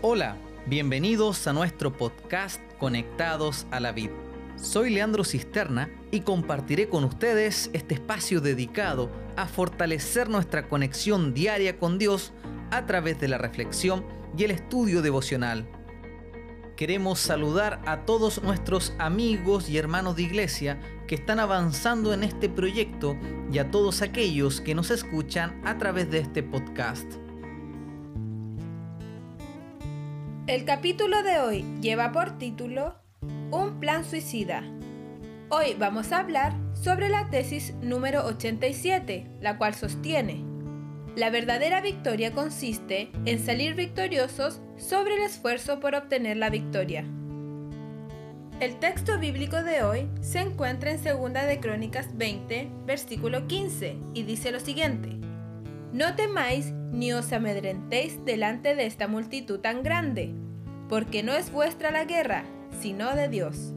Hola, bienvenidos a nuestro podcast Conectados a la Vid. Soy Leandro Cisterna y compartiré con ustedes este espacio dedicado a fortalecer nuestra conexión diaria con Dios a través de la reflexión y el estudio devocional. Queremos saludar a todos nuestros amigos y hermanos de iglesia que están avanzando en este proyecto y a todos aquellos que nos escuchan a través de este podcast. El capítulo de hoy lleva por título Un plan suicida. Hoy vamos a hablar sobre la tesis número 87, la cual sostiene: la verdadera victoria consiste en salir victoriosos sobre el esfuerzo por obtener la victoria. El texto bíblico de hoy se encuentra en 2 de Crónicas 20, versículo 15, y dice lo siguiente: No temáis ni os amedrentéis delante de esta multitud tan grande, porque no es vuestra la guerra, sino de Dios.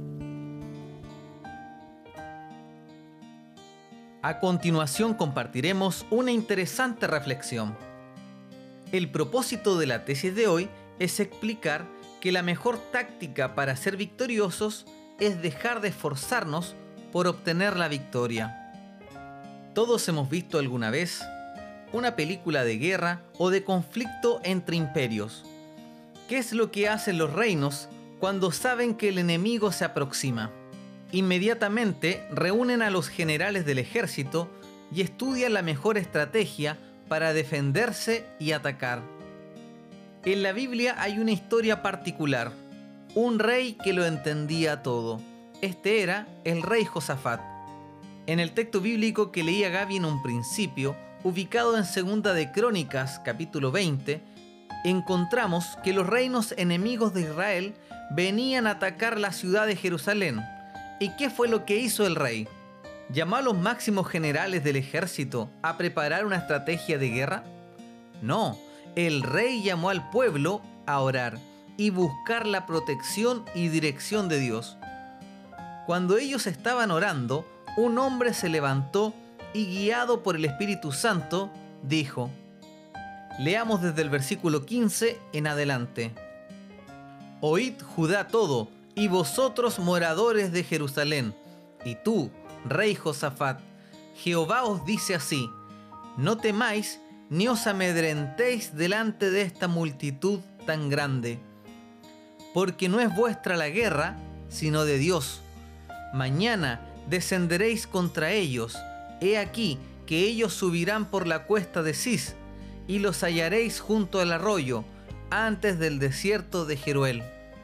A continuación compartiremos una interesante reflexión. El propósito de la tesis de hoy es explicar que la mejor táctica para ser victoriosos es dejar de esforzarnos por obtener la victoria. Todos hemos visto alguna vez una película de guerra o de conflicto entre imperios. ¿Qué es lo que hacen los reinos cuando saben que el enemigo se aproxima? Inmediatamente reúnen a los generales del ejército y estudian la mejor estrategia para defenderse y atacar. En la Biblia hay una historia particular, un rey que lo entendía todo. Este era el rey Josafat. En el texto bíblico que leía Gaby en un principio, ubicado en 2 de Crónicas, capítulo 20, encontramos que los reinos enemigos de Israel venían a atacar la ciudad de Jerusalén. ¿Y qué fue lo que hizo el rey? ¿Llamó a los máximos generales del ejército a preparar una estrategia de guerra? No, el rey llamó al pueblo a orar y buscar la protección y dirección de Dios. Cuando ellos estaban orando, un hombre se levantó y, guiado por el Espíritu Santo, dijo: leamos desde el versículo 15 en adelante. Oíd, Judá, todo, y vosotros moradores de Jerusalén, y tú, rey Josafat, Jehová os dice así: no temáis ni os amedrentéis delante de esta multitud tan grande, porque no es vuestra la guerra, sino de Dios. Mañana descenderéis contra ellos. He aquí que ellos subirán por la cuesta de Cis, y los hallaréis junto al arroyo, antes del desierto de Jeruel.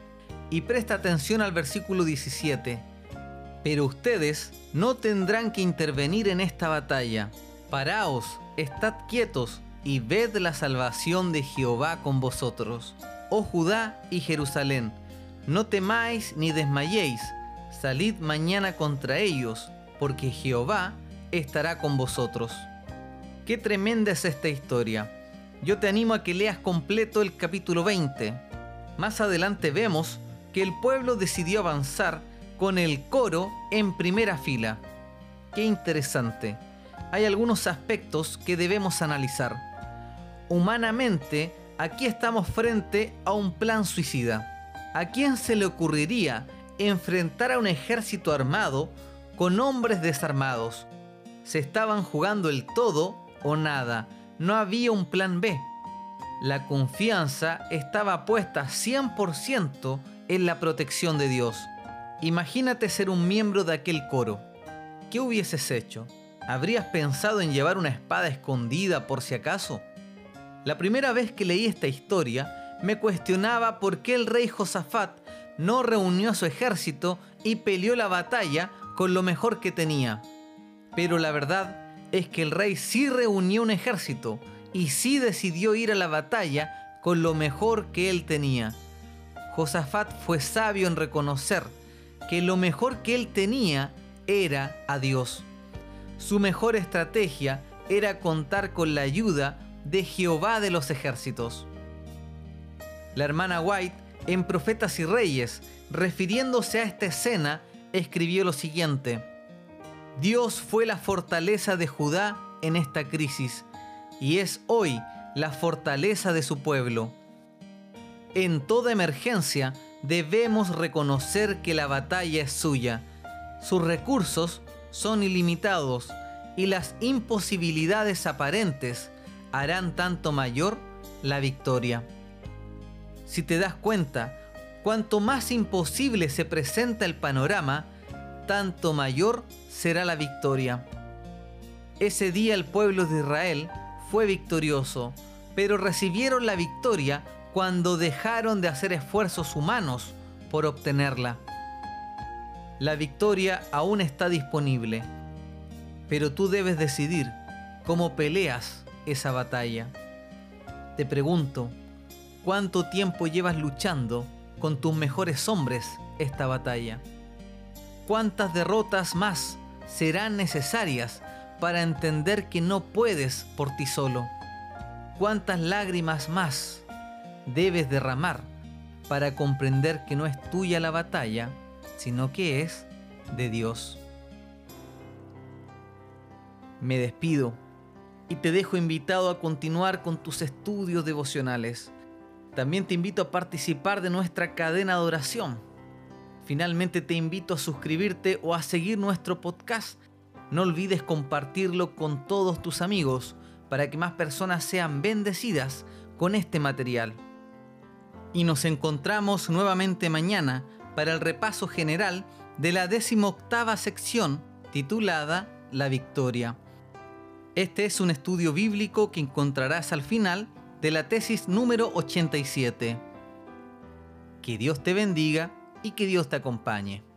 Y presta atención al versículo 17. Pero ustedes no tendrán que intervenir en esta batalla. Paraos, estad quietos, y ved la salvación de Jehová con vosotros. Oh Judá y Jerusalén, no temáis ni desmayéis, salid mañana contra ellos, porque Jehová estará con vosotros. Qué tremenda es esta historia. Yo te animo a que leas completo el capítulo 20. Más adelante vemos que el pueblo decidió avanzar con el coro en primera fila. Qué interesante. Hay algunos aspectos que debemos analizar. Humanamente, aquí estamos frente a un plan suicida. ¿A quién se le ocurriría enfrentar a un ejército armado con hombres desarmados? Se estaban jugando el todo o nada, no había un plan B. La confianza estaba puesta 100% en la protección de Dios. Imagínate ser un miembro de aquel coro. ¿Qué hubieses hecho? ¿Habrías pensado en llevar una espada escondida por si acaso? La primera vez que leí esta historia, me cuestionaba por qué el rey Josafat no reunió a su ejército y peleó la batalla con lo mejor que tenía. Pero la verdad es que el rey sí reunió un ejército y sí decidió ir a la batalla con lo mejor que él tenía. Josafat fue sabio en reconocer que lo mejor que él tenía era a Dios. Su mejor estrategia era contar con la ayuda de Jehová de los ejércitos. La hermana White, en Profetas y Reyes, refiriéndose a esta escena, escribió lo siguiente: Dios fue la fortaleza de Judá en esta crisis y es hoy la fortaleza de su pueblo. En toda emergencia debemos reconocer que la batalla es suya. Sus recursos son ilimitados y las imposibilidades aparentes harán tanto mayor la victoria. Si te das cuenta, cuanto más imposible se presenta el panorama, tanto mayor será la victoria. Ese día el pueblo de Israel fue victorioso, pero recibieron la victoria cuando dejaron de hacer esfuerzos humanos por obtenerla. La victoria aún está disponible, pero tú debes decidir cómo peleas esa batalla. Te pregunto, ¿cuánto tiempo llevas luchando con tus mejores hombres esta batalla? ¿Cuántas derrotas más serán necesarias para entender que no puedes por ti solo? ¿Cuántas lágrimas más debes derramar para comprender que no es tuya la batalla, sino que es de Dios? Me despido y te dejo invitado a continuar con tus estudios devocionales. También te invito a participar de nuestra cadena de oración. Finalmente te invito a suscribirte o a seguir nuestro podcast. No olvides compartirlo con todos tus amigos para que más personas sean bendecidas con este material. Y nos encontramos nuevamente mañana para el repaso general de la 18ª sección titulada La Victoria. Este es un estudio bíblico que encontrarás al final de la tesis número 87. Que Dios te bendiga y que Dios te acompañe.